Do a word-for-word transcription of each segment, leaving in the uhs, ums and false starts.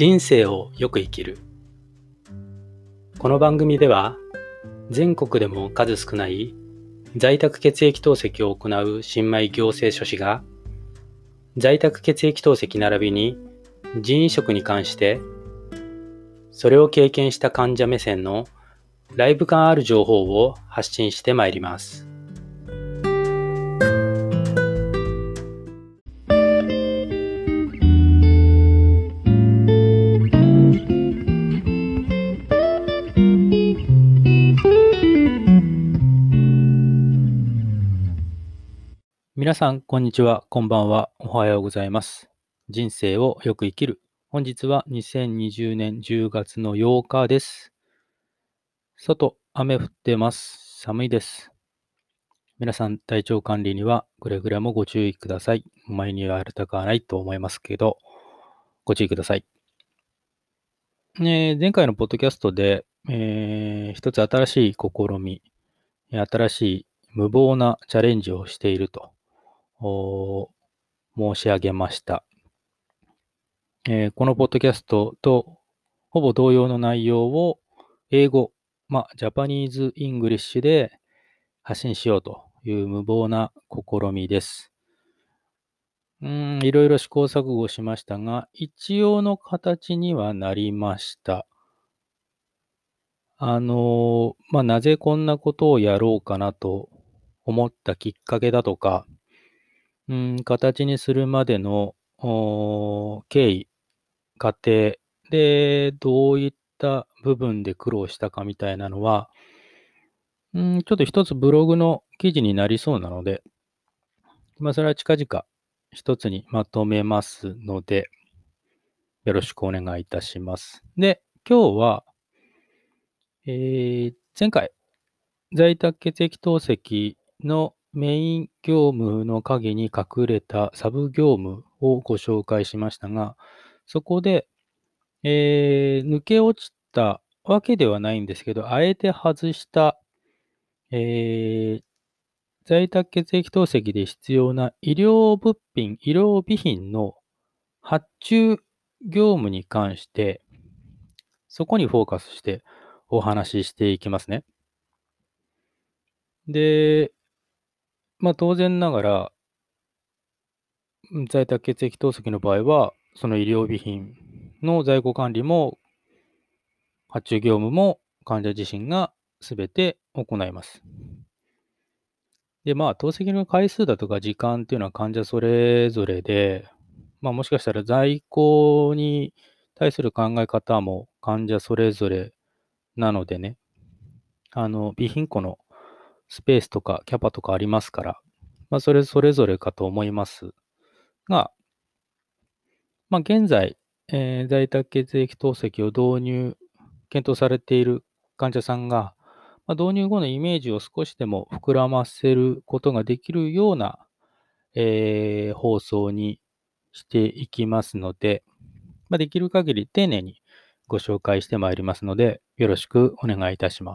人生をよく生きる。この番組では全国でも数少ない在宅血液透析を行う新米行政書士が在宅血液透析並びに腎移植に関してそれを経験した患者目線のライブ感ある情報を発信してまいります。皆さん、こんにちは、こんばんは、おはようございます。人生をよく生きる。本日はにせんにじゅうねんじゅうがつのようかです。外、雨降ってます。寒いです。皆さん、体調管理にはくれぐれもご注意ください。前にはやりたくはないと思いますけど、ご注意ください。ね、前回のポッドキャストで、えー、一つ新しい試み、新しい無謀なチャレンジをしていると申し上げました。えーこのポッドキャストとほぼ同様の内容を英語、まあ、ジャパニーズ・イングリッシュで発信しようという無謀な試みです。うーん、いろいろ試行錯誤しましたが、一応の形にはなりました。あの、まあ、なぜこんなことをやろうかなと思ったきっかけだとか、うん、形にするまでのお経緯、過程で、どういった部分で苦労したかみたいなのは、うん、ちょっと一つブログの記事になりそうなので、まあ、それは近々一つにまとめますので、よろしくお願いいたします。で、今日は、えー前回、在宅血液透析のメイン業務の陰に隠れたサブ業務をご紹介しましたが、そこで、えー抜け落ちたわけではないんですけど、あえて外した、えー在宅血液透析で必要な医療物品、医療備品の発注業務に関して、そこにフォーカスしてお話ししていきますね。で、まあ当然ながら、うん在宅血液透析の場合は、その医療備品の在庫管理も発注業務も患者自身がすべて行います。で、まあ、透析の回数だとか時間っていうのは患者それぞれで、まあ、もしかしたら在庫に対する考え方も患者それぞれなのでね、あの、備品庫のスペースとかキャパとかありますから、まあ、それそれぞれかと思いますが、まあ、現在、えー在宅血液透析を導入、検討されている患者さんが、まあ、導入後のイメージを少しでも膨らませることができるような、えー放送にしていきますので、まあ、できる限り丁寧にご紹介してまいりますので、よろしくお願いいたします。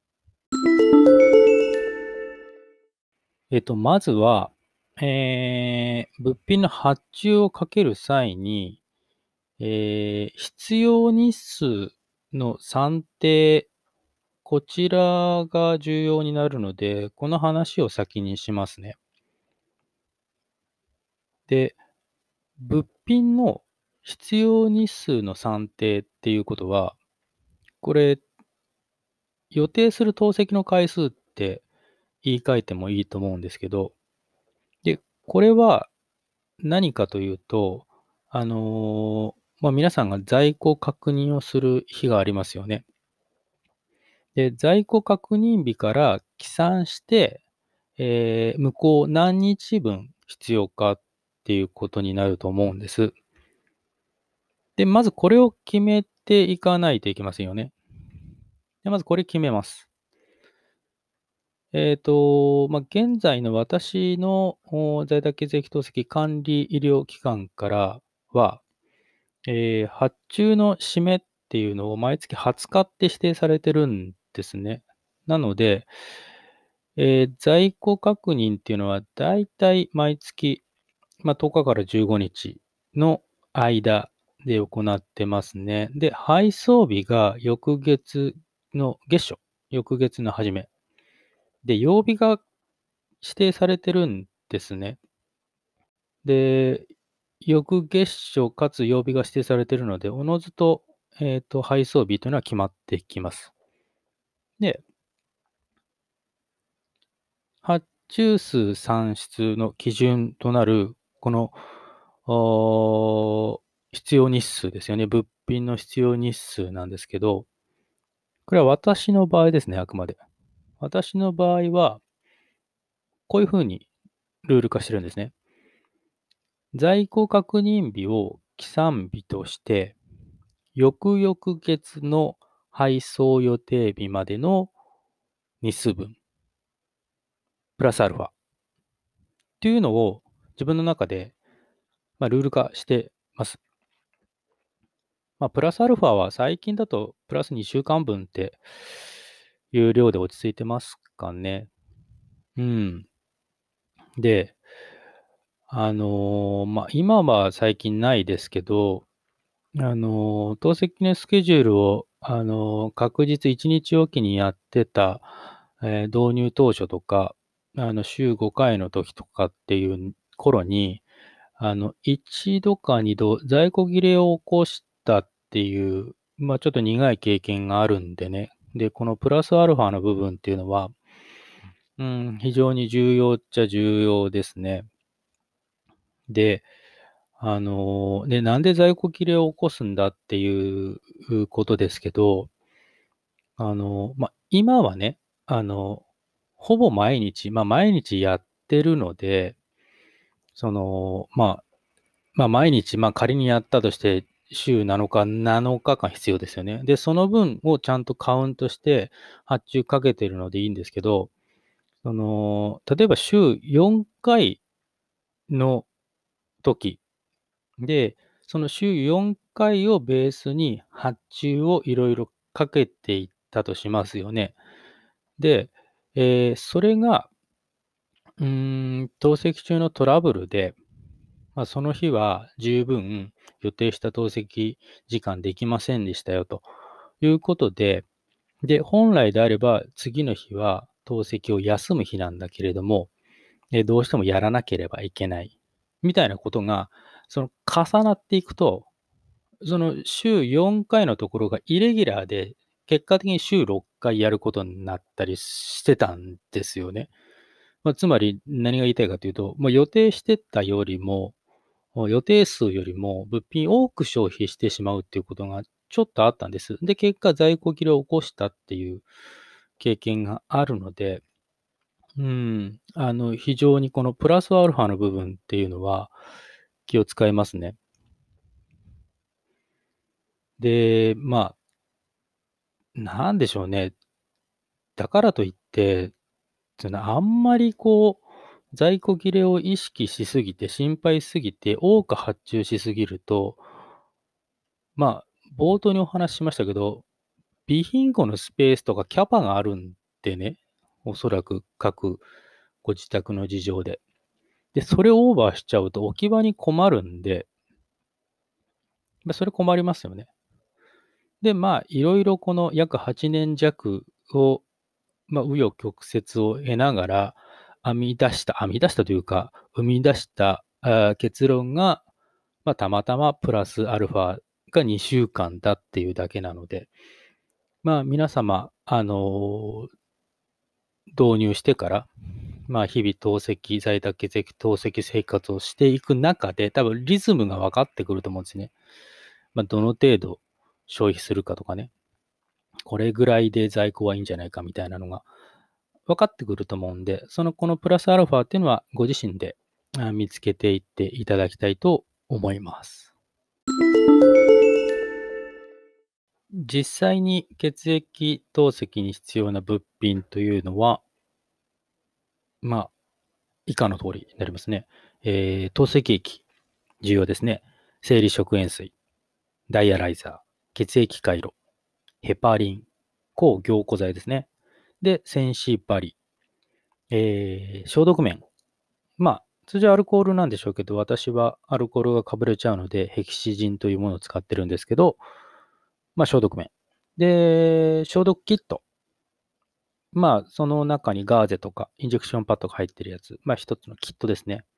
えっと、まずは、えー物品の発注をかける際に、えー必要日数の算定、こちらが重要になるので、この話を先にしますね。で、物品の必要日数の算定っていうことは、これ、予定する透析の回数って言い換えてもいいと思うんですけど、で、これは何かというと、あのーまあ、皆さんが在庫確認をする日がありますよね。で、在庫確認日から起算して、えー向こう何日分必要かっていうことになると思うんです。で、まずこれを決めていかないといけませんよね。で、まずこれ決めます。えっと、まあ、現在の私のお在宅血液透析管理医療機関からは、えー発注の締めっていうのを毎月はつかって指定されてるんですね。なので、えー在庫確認っていうのはだいたい毎月、まあ、とおかからじゅうごにちの間で行ってますね。で、配送日が翌月の月初、翌月の初め。で、曜日が指定されてるんですね。で、翌月初かつ曜日が指定されているので、おのずと、えっと、配送日というのは決まってきます。で、発注数算出の基準となる、この、お必要日数ですよね。物品の必要日数なんですけど、これは私の場合ですね、あくまで。私の場合は、こういうふうにルール化してるんですね。在庫確認日を起算日として、翌々月の配送予定日までの日数分、プラスアルファっていうのを自分の中で、まあ、ルール化してます。まあ、プラスアルファは最近だとプラスにしゅうかんぶんっていう量で落ち着いてますかね。うん。で、あのーまあ、今は最近ないですけど、あのー、透析のスケジュールを、あのー確実いちにちおきにやってた、えー導入当初とか、あの、週ごかいの時とかっていう頃に、あの、一度か二度在庫切れを起こしたっていう、まあちょっと苦い経験があるんでね。で、このプラスアルファの部分っていうのは、うん、非常に重要っちゃ重要ですね。で、あの、で、なんで在庫切れを起こすんだっていうことですけど、あの、まあ、今はね、あの、ほぼ毎日、まあ、毎日やってるので、その、まあ、まあ、毎日、まあ、仮にやったとして、週なのか、なのかかん必要ですよね。で、その分をちゃんとカウントして発注かけてるのでいいんですけど、その、例えば週よんかいの時で、その週よんかいをベースに発注をいろいろかけていったとしますよね。で、えーそれが、うーん、透析中のトラブルで、まあ、その日は十分予定した透析時間できませんでしたよということで、で、本来であれば次の日は透析を休む日なんだけれども、えどうしてもやらなければいけない。みたいなことが、その重なっていくと、その週よんかいのところがイレギュラーで、結果的に週ろっかいやることになったりしてたんですよね。まあ、つまり何が言いたいかというと、まあ、予定してたよりも、予定数よりも物品多く消費してしまうっていうことがちょっとあったんです。で、結果在庫切れを起こしたっていう経験があるので、うん、あの、非常にこのプラスアルファの部分っていうのは気を使いますね。で、まあ、なんでしょうね。だからといって、そのあんまりこう、在庫切れを意識しすぎて、心配しすぎて、多く発注しすぎると、まあ、冒頭にお話ししましたけど、備品庫のスペースとかキャパがあるんでね、おそらく各ご自宅の事情で。で、それをオーバーしちゃうと置き場に困るんで、ま、それ困りますよね。で、まあ、いろいろこの約はちねん弱を、まあ、紆余曲折を経ながら編み出した編み出したというか、生み出した、あ、結論が、まあ、たまたまプラスアルファがにしゅうかんだっていうだけなので、まあ、皆様、あの、導入してから、まあ、日々透析、在宅血液透析生活をしていく中で、多分リズムが分かってくると思うんですね。まあ、どの程度消費するかとかね、これぐらいで在庫はいいんじゃないかみたいなのが分かってくると思うんで、そのこのプラスアルファっていうのはご自身であ見つけていっていただきたいと思います。実際に血液透析に必要な物品というのは、まあ、以下の通りになりますね。えー、透析液、重要ですね。生理食塩水、ダイアライザー、血液回路、ヘパリン、抗凝固剤ですね。で、センシーバリ、えー、消毒面。まあ、 通常アルコールなんでしょうけど、私はアルコールがかぶれちゃうので、ヘキシジンというものを使ってるんですけど、まあ、消毒面。で、消毒キット。まあ、その中にガーゼとか、インジェクションパッドが入ってるやつ。まあ、一つのキットですね。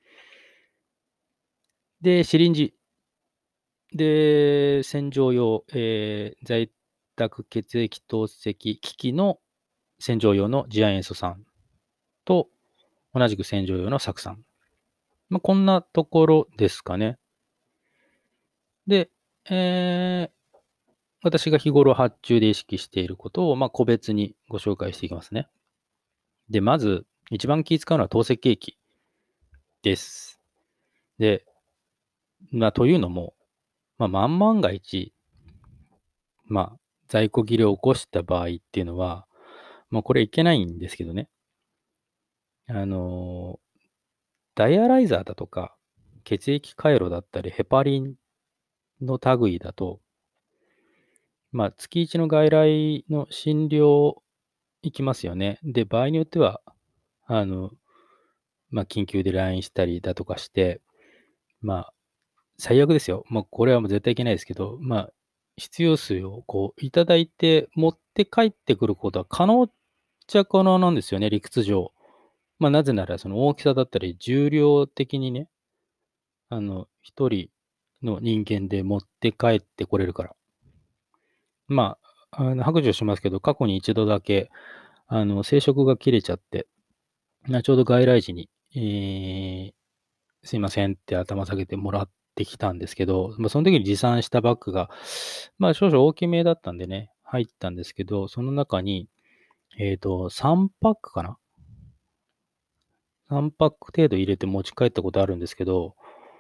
で、シリンジ。で、洗浄用、えー、在宅血液透析機器の洗浄用の次亜塩素酸と、同じく洗浄用の酢酸。まあ、こんなところですかね。で、えー、私が日頃発注で意識していることを、まあ、個別にご紹介していきますね。で、まず、一番気使うのは透析液です。で、まあ、というのも、まあ、万万が一、まあ、在庫切れを起こした場合っていうのは、まあ、これいけないんですけどね。あの、ダイアライザーだとか、血液回路だったり、ヘパリンの類だと、まあ、月いちの外来の診療行きますよね。で、場合によっては、あの、まあ、緊急で ライン したりだとかして、まあ、最悪ですよ。まあ、これはもう絶対いけないですけど、まあ、必要数をこういただいて持って帰ってくることは可能っちゃ可能なんですよね、理屈上。まあ、なぜならその大きさだったり重量的にね、あの、一人の人間で持って帰ってこれるから。まあ、あの白状しますけど、過去に一度だけ、あの、生殖が切れちゃって、まあ、ちょうど外来時に、えーすいませんって頭下げてもらってきたんですけど、まあ、その時に持参したバッグが、まあ、少々大きめだったんでね、入ったんですけど、その中に、えっと、さんパックかな ?さん パック程度入れて持ち帰ったことあるんですけど、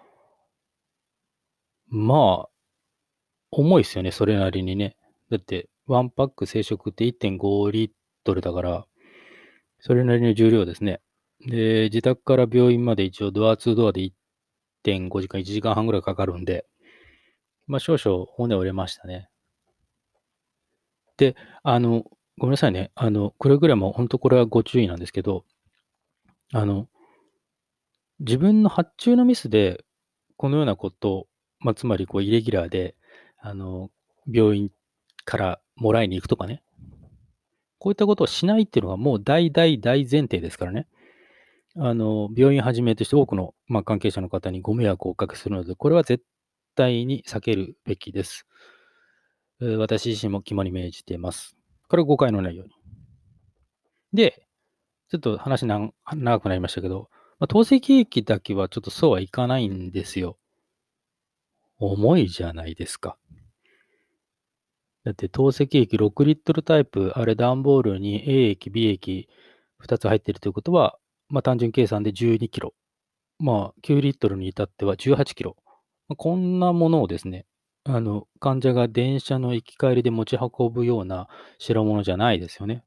まあ、重いっすよね、それなりにね。だって、ワンパック生食っていってんごリットルだから、それなりの重量ですね。で、自宅から病院まで一応ドアツードアでいってんごじかん、いちじかんはんぐらいかかるんで、まあ少々骨折れましたね。で、あの、ごめんなさいね。あの、くれぐれも本当これはご注意なんですけど、あの、自分の発注のミスで、このようなこと、まあ、つまりこうイレギュラーで、あの、病院からもらいに行くとかね、こういったことをしないっていうのがもう大大大前提ですからね。あの、病院はじめとして多くの、まあ、関係者の方にご迷惑をおかけするので、これは絶対に避けるべきです。えー私自身も肝に銘じています。これは誤解のないように。で、ちょっと話なん長くなりましたけど、まあ、透析液だけはちょっとそうはいかないんですよ。重いじゃないですか。だって透析液ろくリットルタイプ、あれ段ボールに A 液、B 液ふたつ入っているということは、まあ単純計算でじゅうにキロ。まあきゅうリットルに至ってはじゅうはちキロ。まあ、こんなものをですね、あの、患者が電車の行き帰りで持ち運ぶような代物じゃないですよね。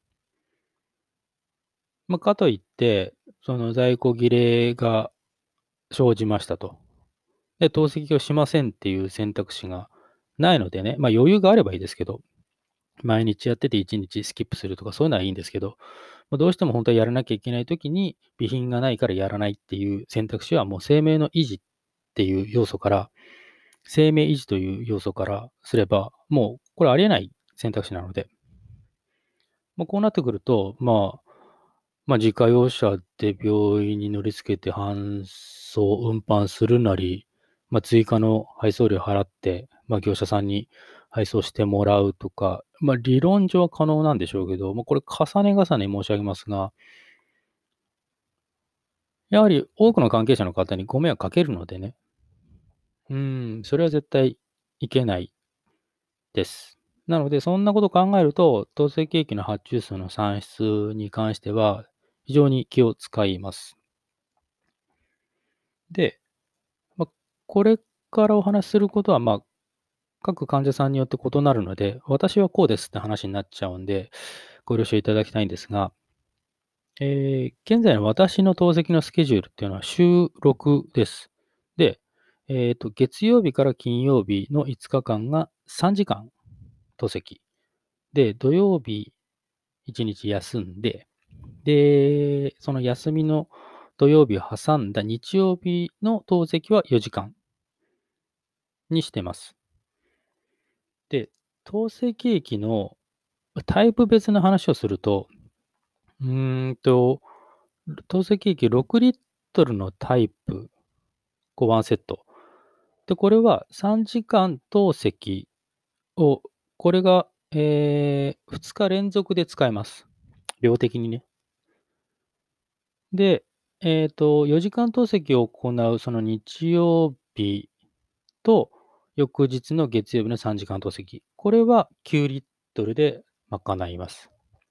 まあ、かといって、その在庫切れが生じましたと。で、透析をしませんっていう選択肢がないのでね、まあ余裕があればいいですけど、毎日やってていちにちスキップするとかそういうのはいいんですけど、まあ、どうしても本当はやらなきゃいけないときに備品がないからやらないっていう選択肢はもう生命の維持っていう要素から、生命維持という要素からすれば、もうこれありえない選択肢なので、まあ、こうなってくると、まあ、まあ、自家用車で病院に乗り付けて搬送、運搬するなり、まあ、追加の配送料払って、まあ、業者さんに配送してもらうとか、まあ、理論上は可能なんでしょうけど、まあ、これ重ね重ね申し上げますが、やはり多くの関係者の方にご迷惑かけるのでね、うん、それは絶対いけないです。なので、そんなことを考えると、透析液の発注数の算出に関しては、非常に気を使います。で、まあ、これからお話しすることは、まあ、各患者さんによって異なるので、私はこうですって話になっちゃうんで、ご了承いただきたいんですが、えー現在の私の透析のスケジュールっていうのは週ろくです。で、えっと、月曜日から金曜日のいつかかんがさんじかん透析。で、土曜日いちにち休んで、で、その休みの土曜日を挟んだ日曜日の透析はよじかんにしてます。で、透析液のタイプ別の話をすると、うーんと、透析液ろくリットルのタイプ、こうワンセット。で、これはさんじかん透析を、これが、えー、ふつか連続で使えます。量的にね。で、えっと、よじかん透析を行うその日曜日と、翌日の月曜日のさんじかん透析。これはきゅうリットルで賄います。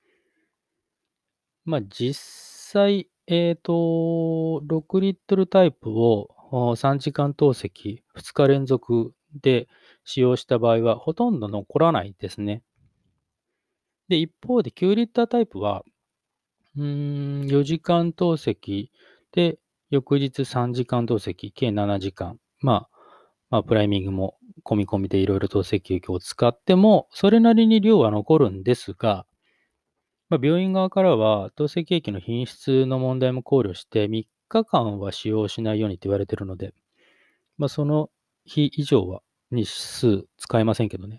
まあ、実際、えっと、ろくリットルタイプをおさんじかん透析ふつか連続で使用した場合は、ほとんど残らないですね。で、一方できゅうリッタータイプは、うーん、よじかん透析で、翌日さんじかん透析、計ななじかん。まあ、まあ、プライミングも込み込みでいろいろ透析液を使っても、それなりに量は残るんですが、まあ、病院側からは、透析液の品質の問題も考慮して、みっかかんは使用しないようにって言われているので、まあ、その日以上は日数使えませんけどね。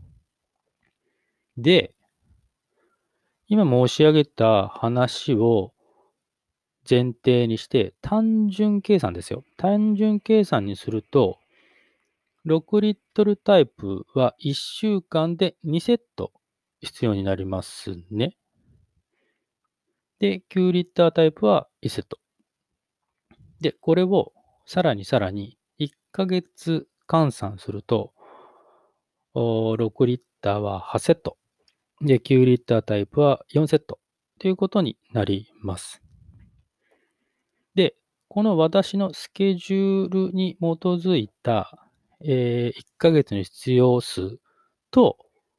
で、今申し上げた話を前提にして、単純計算ですよ。単純計算にすると、ろくリットルタイプはいっしゅうかんでにセット必要になりますね。で、きゅうリッタータイプはいちセット。で、これをさらにさらにいっかげつ換算すると、ろくリッターははちセット。で、きゅうリッタータイプはよんセット。ということになります。で、この私のスケジュールに基づいた、えー、いっかげつの必要数と、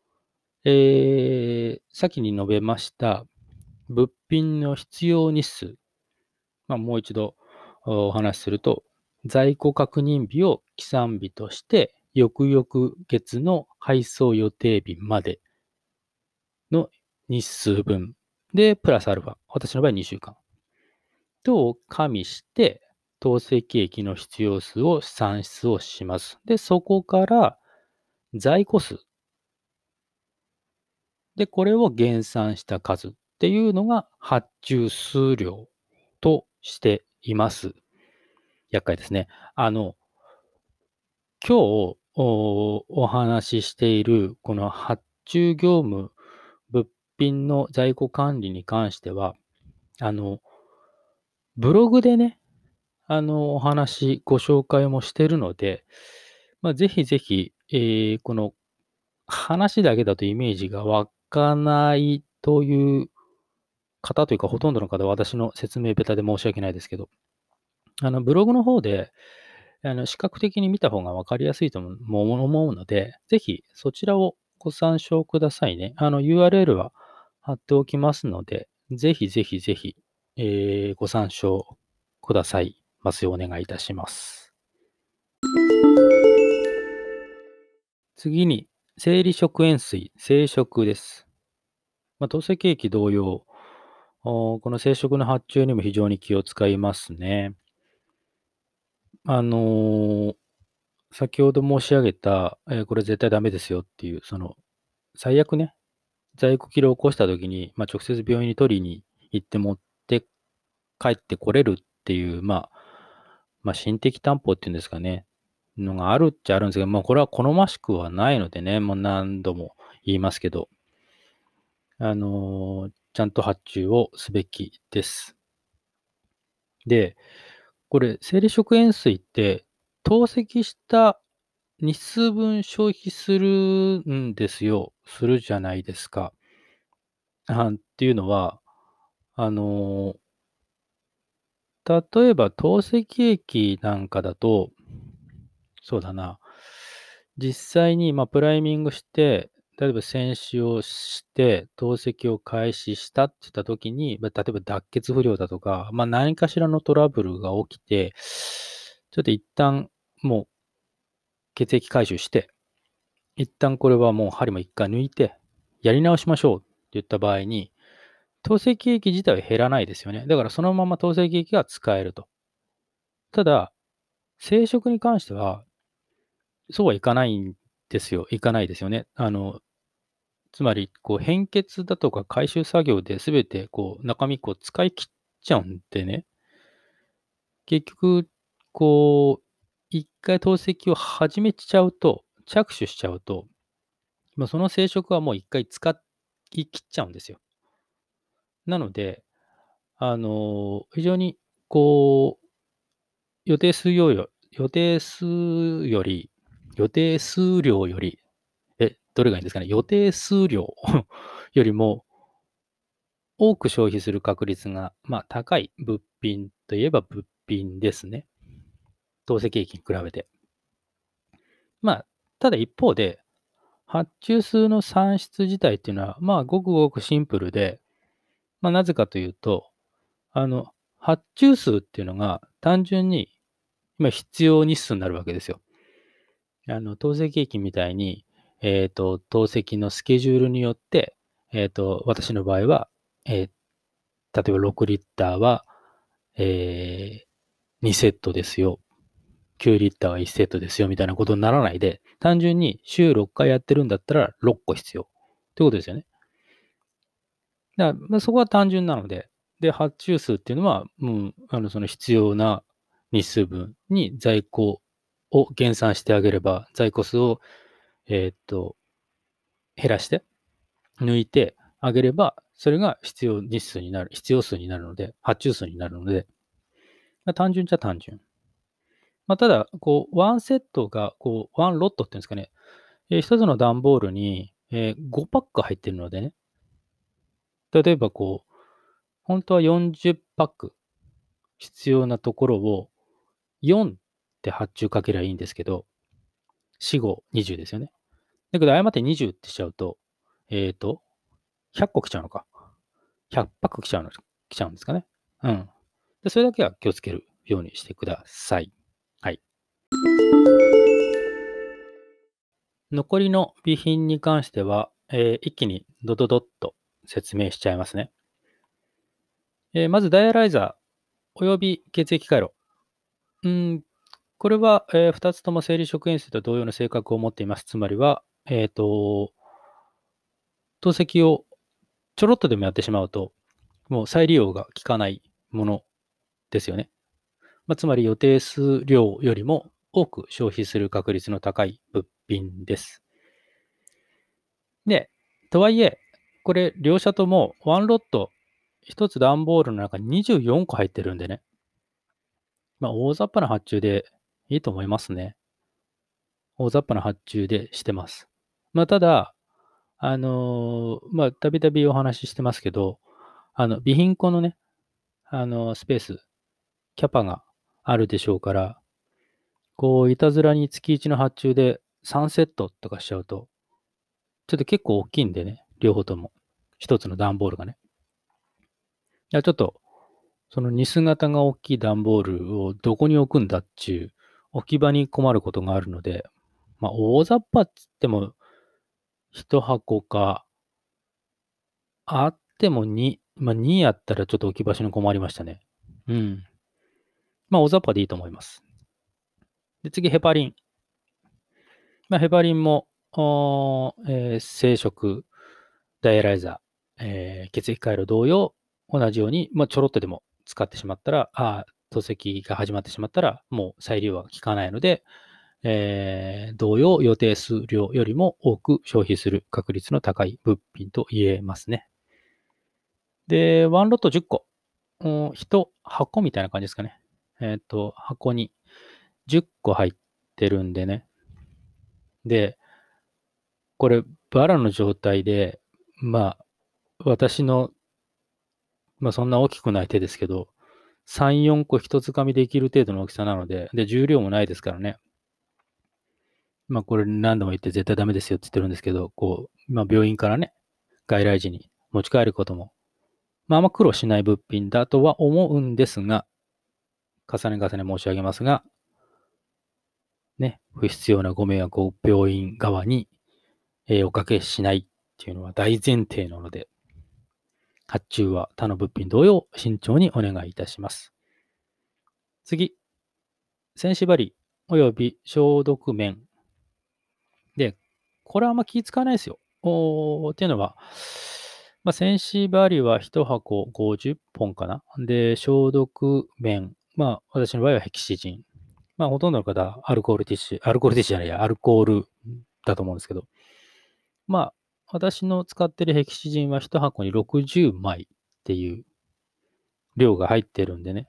えー、先に述べました物品の必要日数、まあ、もう一度お話しすると、在庫確認日を起算日として、翌々月の配送予定日までの日数分で、プラスアルファ、私の場合にしゅうかんとを加味して、透析液の必要数を算出をします。で、そこから在庫数。で、これを減算した数っていうのが発注数量としています。厄介ですね。あの、今日おお話ししているこの発注業務、物品の在庫管理に関しては、あの、ブログでね、あの、お話、ご紹介もしてるので、まあ、ぜひぜひ、えーこの話だけだとイメージが湧かないという方というか、ほとんどの方は私の説明ベタで申し訳ないですけど、あの、ブログの方で、あの、視覚的に見た方が分かりやすいとも思うので、ぜひそちらをご参照くださいね。あの、ユーアールエル は貼っておきますので、ぜひぜひぜひ、えーご参照くださいますようお願いいたします。次に、生理食塩水、生食です。まあ、透析液同様、おこの生食の発注にも非常に気を使いますね。あのー先ほど申し上げた、えーこれ絶対ダメですよっていう、その、最悪ね、在庫切れを起こした時に、まあ、直接病院に取りに行って持って帰ってこれるっていう、まあ、まあ、心的担保っていうんですかね、のがあるっちゃあるんですけど、まあ、これは好ましくはないのでね、もう何度も言いますけど、あのーちゃんと発注をすべきです。で、これ、生理食塩水って、透析した日数分消費するんですよ。するじゃないですか。あっていうのは、あの、例えば透析液なんかだと、そうだな、実際に、ま、プライミングして、例えば洗歯をして、透析を開始したって言った時に、ま、例えば脱血不良だとか、ま、何かしらのトラブルが起きて、ちょっと一旦もう血液回収して、一旦これはもう針も一回抜いて、やり直しましょうって言った場合に、 透析液自体は減らないですよね。だからそのまま透析液が使えると。ただ、生殖に関しては、そうはいかないんですよ。いかないですよね。あの、つまり、こう、変血だとか回収作業で全て、こう、中身こう使い切っちゃうんでね。結局、こう、一回透析を始めちゃうと、着手しちゃうと、まあ、その生殖はもう一回使い切っちゃうんですよ。なので、あの、非常にこう、予定数量よ予定数より予定数量より、え、どれがいいんですかね、予定数量よりも多く消費する確率が、まあ、高い物品といえば物品ですね。透析液に比べて。まあ、ただ一方で、発注数の算出自体っていうのは、まあ、ごくごくシンプルで、まあ、なぜかというと、あの、発注数っていうのが単純に今必要日数になるわけですよ。あの、透析液みたいに、えっと、透析のスケジュールによって、えっと、私の場合は、えー例えばろくリッターは、えーにセットですよ。きゅうリッターはいちセットですよ、みたいなことにならないで、単純に週ろっかいやってるんだったらろっこ必要。ってことですよね。だから、まあ、そこは単純なので、で、発注数っていうのは、うん、あの、その必要な日数分に在庫を減産してあげれば、在庫数を、えーっと、減らして、抜いてあげれば、それが必要日数になる、必要数になるので、発注数になるので、まあ、単純っちゃ単純。まあ、ただ、こう、ワンセットが、こう、ワンロットっていうんですかね、えー一つの段ボールに、えーごパック入ってるのでね、例えばこう、本当はよんじゅうパック必要なところをよんって発注かけりゃいいんですけど、よん、ご、にじゅうですよね。だけど誤ってにじゅうってしちゃうと、えっ、と、ひゃっこ来ちゃうのか。ひゃくパック来ちゃうの、来ちゃうんですかね。うん。で、それだけは気をつけるようにしてください。はい。残りの備品に関しては、えー一気にドドドッと説明しちゃいますね。えーまず、ダイアライザーおよび血液回路。うん、これは、えふたつとも生理食塩水と同様の性格を持っています。つまりは、えっ、と、透析をちょろっとでもやってしまうと、もう再利用が効かないものですよね。まあ、つまり予定数量よりも多く消費する確率の高い物品です。で、とはいえ、これ両者ともワンロット、一つ段ボールの中ににじゅうよんこ入ってるんでね。まあ、大雑把な発注でいいと思いますね。大雑把な発注でしてます。まあ、ただ、あのーまあ、たびたびお話ししてますけど、あの、備品庫のね、あのースペース、キャパがあるでしょうから、こう、いたずらに月いちの発注でさんセットとかしちゃうと、ちょっと結構大きいんでね、両方とも。一つの段ボールがね。いや、ちょっと、そのニス型が大きい段ボールをどこに置くんだっちゅう、置き場に困ることがあるので、まあ、大雑把っつっても、一箱か、あってもに、まあ、にやったらちょっと置き場所に困りましたね。うん。まあ、大雑把でいいと思います。で、次、ヘパリン。まあ、ヘパリンも、おーえー生殖、ダイアライザー、えー血液回路同様、同じように、まあ、ちょろっとでも使ってしまったら、あ透析が始まってしまったら、もう再利用は効かないので、えー同様、予定数量よりも多く消費する確率の高い物品と言えますね。で、ワンロットじゅっこ。うん一箱みたいな感じですかね。えっ、と、箱にじゅっこ入ってるんでね。で、これ、バラの状態で、まあ、私の、まあそんな大きくない手ですけど、さん、よんこ一つかみできる程度の大きさなので、で、重量もないですからね。まあこれ何度も言って絶対ダメですよって言ってるんですけど、こう、まあ病院からね、外来時に持ち帰ることも、まああんま苦労しない物品だとは思うんですが、重ね重ね申し上げますが、ね、不必要なご迷惑を病院側に、えーおかけしないっていうのは大前提なので、 発注は他の物品同様慎重にお願いいたします。次、線縛り及び消毒面。で、これはあんま気使わないですよ。おーっていうのは、まあ、線縛りはいち箱ごじゅっぽんかな。で、消毒面。まあ、私の場合はヘキシジン。まあ、ほとんどの方はアルコールティッシュ、アルコールティッシュじゃないや、アルコールだと思うんですけど、まあ、私の使ってるヘキシジンはいち箱にろくじゅうまいっていう量が入ってるんでね。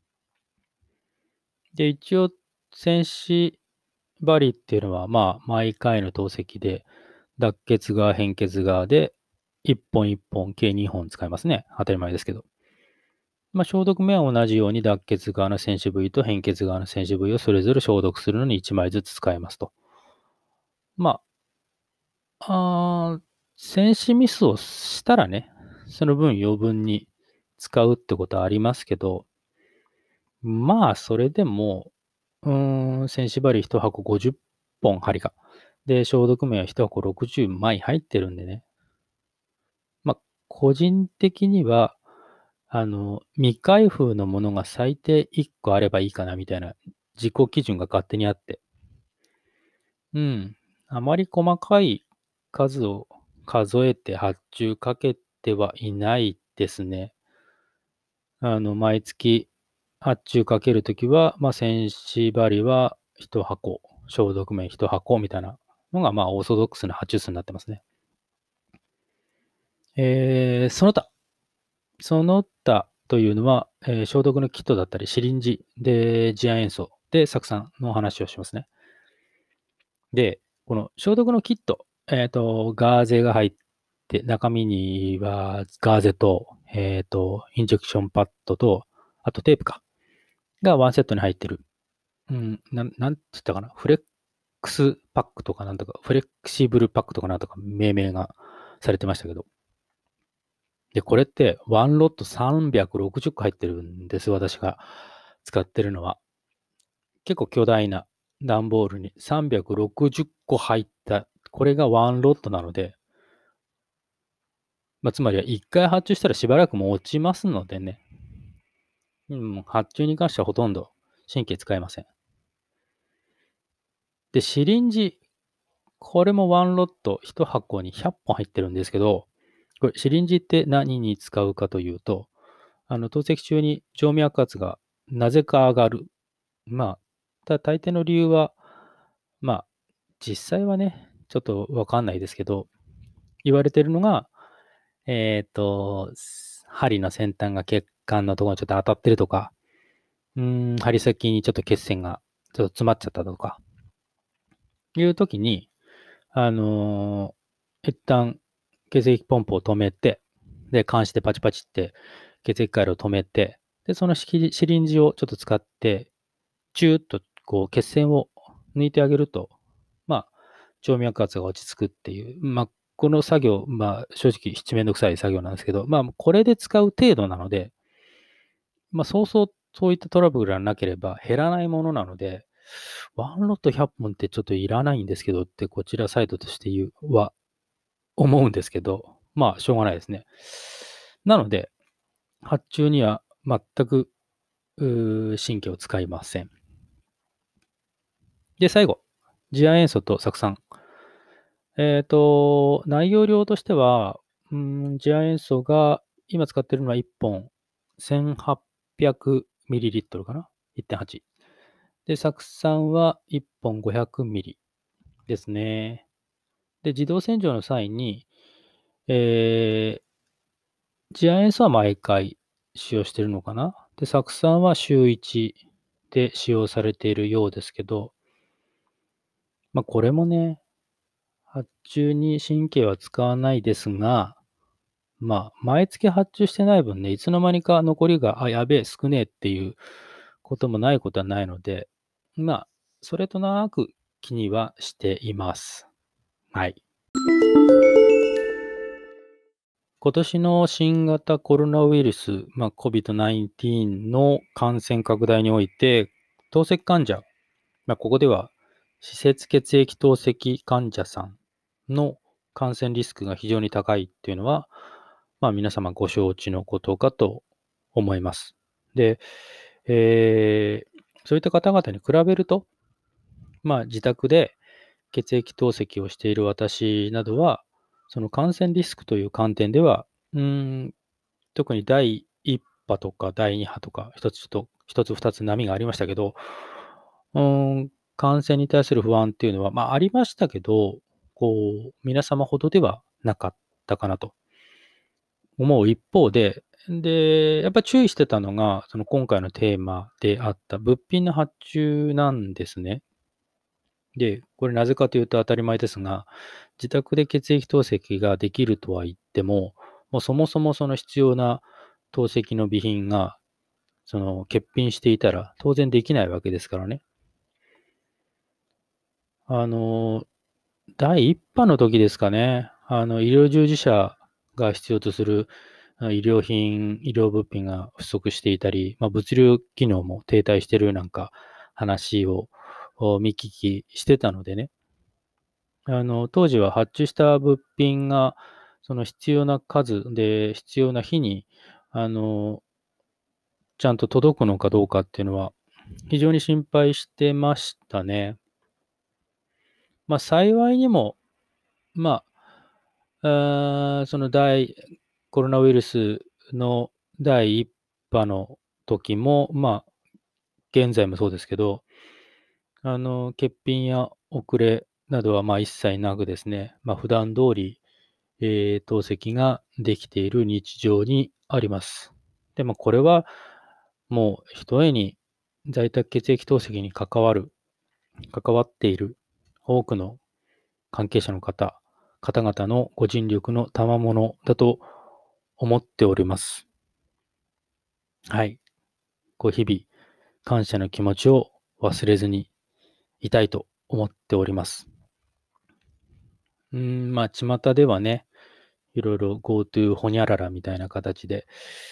で、一応、線縛りっていうのは、まあ、毎回の透析で、脱血側、変血側で、いっぽんいっぽん、計にほん使いますね。当たり前ですけど。まあ、消毒面は同じように脱血側の選手部位と変血側の選手部位をそれぞれ消毒するのにいちまいずつ使いますと。まあ、あ選手ミスをしたらね、その分余分に使うってことはありますけど、まあ、それでも、うーん、線縛りいち箱ごじゅっぽん針が。で、消毒面はいち箱ろくじゅうまい入ってるんでね。まあ、個人的には、あの、未開封のものが最低いっこあればいいかなみたいな自己基準が勝手にあって。うん。あまり細かい数を数えて発注かけてはいないですね。あの、毎月発注かけるときは、まあ、線縛りはいち箱、消毒面いち箱みたいなのが、まあ、オーソドックスな発注数になってますね。えー、その他、その他というのは、えー消毒のキットだったり、シリンジで、次亜塩素で酢酸の話をしますね。で、この消毒のキット、えっ、と、ガーゼが入って、中身にはガーゼと、えっ、と、インジェクションパッドと、あとテープか、がワンセットに入ってる。うん、なん、なんて言ったかな。フレックスパックとかなんとか、フレキシブルパックとかなんとか命名がされてましたけど。で、これってワンロットさんびゃくろくじゅっこ入ってるんです、私が使ってるのは。結構巨大な段ボールにさんびゃくろくじゅっこ入った、これがワンロットなので、まあ、つまりはいっかい発注したらしばらくも落ちますのでね。うん、発注に関してはほとんど神経使えません。で、シリンジ、これもワンロットいち箱にひゃっぽん入ってるんですけど、これシリンジって何に使うかというと、あの、透析中に静脈圧がなぜか上がる。まあ、ただ大抵の理由は、まあ、実際はね、ちょっとわかんないですけど、言われてるのが、えっ、と、針の先端が血管のところにちょっと当たってるとか、うーん、針先にちょっと血栓がちょっと詰まっちゃったとか、いうときに、あのー一旦血液ポンプを止めて、で、監視でパチパチって血液回路を止めて、で、そのシリシリンジをちょっと使って、チューッとこう血栓を抜いてあげると、まあ、静脈圧が落ち着くっていう、まあ、この作業、まあ、正直、七面倒くさい作業なんですけど、まあ、これで使う程度なので、まあ、そうそう、そういったトラブルがなければ減らないものなので、ワンロットひゃっぽんってちょっといらないんですけどって、こちらサイトとして言うは思うんですけど、まあ、しょうがないですね。なので、発注には全く神経を使いません。で、最後、次亜塩素と酢酸。えっ、と、内容量としては、うん、次亜塩素が今使ってるのはいっぽん せんはっぴゃくミリリットル かな？ いってんはち。で、酢酸はいっぽんごひゃくミリですね。で、自動洗浄の際に、えー、次亜塩素は毎回使用しているのかな？で、酢酸は週いちで使用されているようですけど、まあ、これもね、発注に神経は使わないですが、まあ、毎月発注してない分ね、いつの間にか残りが、あ、やべえ、少ねえっていうこともないことはないので、まあ、それとなく気にはしています。はい。今年の新型コロナウイルス、まあ、コビドナインティーン の感染拡大において、透析患者、まあ、ここでは、施設血液透析患者さんの感染リスクが非常に高いっていうのは、 まあ皆様ご承知のことかと思います。で、えーそういった方々に比べると、まあ自宅で血液透析をしている私などは、その感染リスクという観点では、うーん、特にだいいっ波とかだいに波とか、一つと、一つ二つ波がありましたけど、うーん、感染に対する不安っていうのは、まあありましたけど、こう、皆様ほどではなかったかなと思う一方で、で、やっぱ注意してたのが、その今回のテーマであった物品の発注なんですね。で、これなぜかというと当たり前ですが、自宅で血液透析ができるとは言っても、もうそもそもその必要な透析の備品が、その欠品していたら当然できないわけですからね。あの、だいいっ波の時ですかね、あの、医療従事者が必要とするあ医療品、医療物品が不足していたり、まあ、物流機能も停滞しているなんか話をお見聞きしてたのでね、あの、当時は発注した物品が、その必要な数で、必要な日に、あの、ちゃんと届くのかどうかっていうのは、非常に心配してましたね。まあ、幸いにも、まあ、あーその第、コロナウイルスのだいいっ波の時も、まあ、現在もそうですけど、あの、欠品や遅れなどは、まあ、一切なくですね、まあ、普段通り、えー透析ができている日常にあります。でもこれはもうひとえに在宅血液透析に関わる、関わっている多くの関係者の方、方々のご尽力の賜物だと思っております。はい。ご日々感謝の気持ちを忘れずにいたいと思っております。うーん、まあ、巷ではね、いろいろ GoTo ホニャララみたいな形で、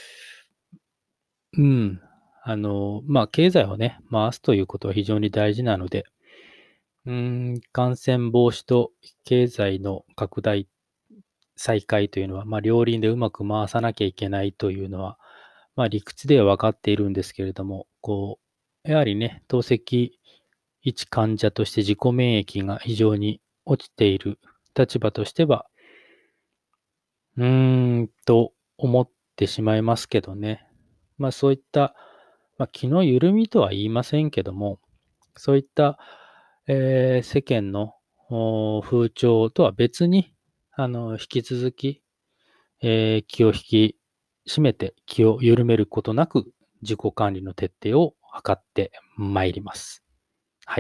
うん。あの、まあ、経済をね、回すということは非常に大事なので、うーん、感染防止と経済の拡大、再開というのは、まあ、両輪でうまく回さなきゃいけないというのは、まあ、理屈では分かっているんですけれども、こう、やはりね、透析一患者として自己免疫が非常に落ちている立場としては、うーんと思ってしまいますけどね。まあそういった、まあ、気の緩みとは言いませんけども、そういった、えー世間のお風潮とは別に、あの、引き続き、えー気を引き締めて、気を緩めることなく、自己管理の徹底を図ってまいります。はい。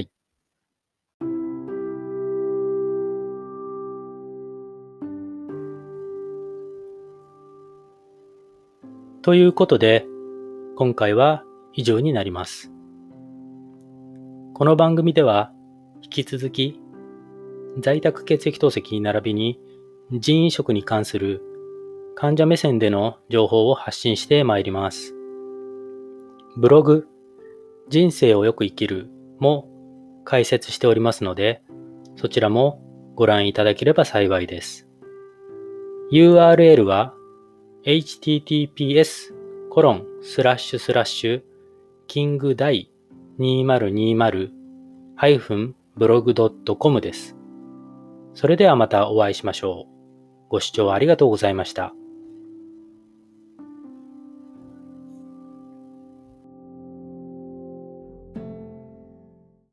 ということで、今回は以上になります。この番組では、引き続き、在宅血液透析並びに人員食に関する患者目線での情報を発信してまいります。ブログ、人生をよく生きるも解説しておりますので、そちらもご覧いただければ幸いです。ユーアールエル は エイチティーティーピーエスコロンスラッシュスラッシュキングダイにせんにじゅうブログドットコム です。それではまたお会いしましょう。ご視聴ありがとうございました。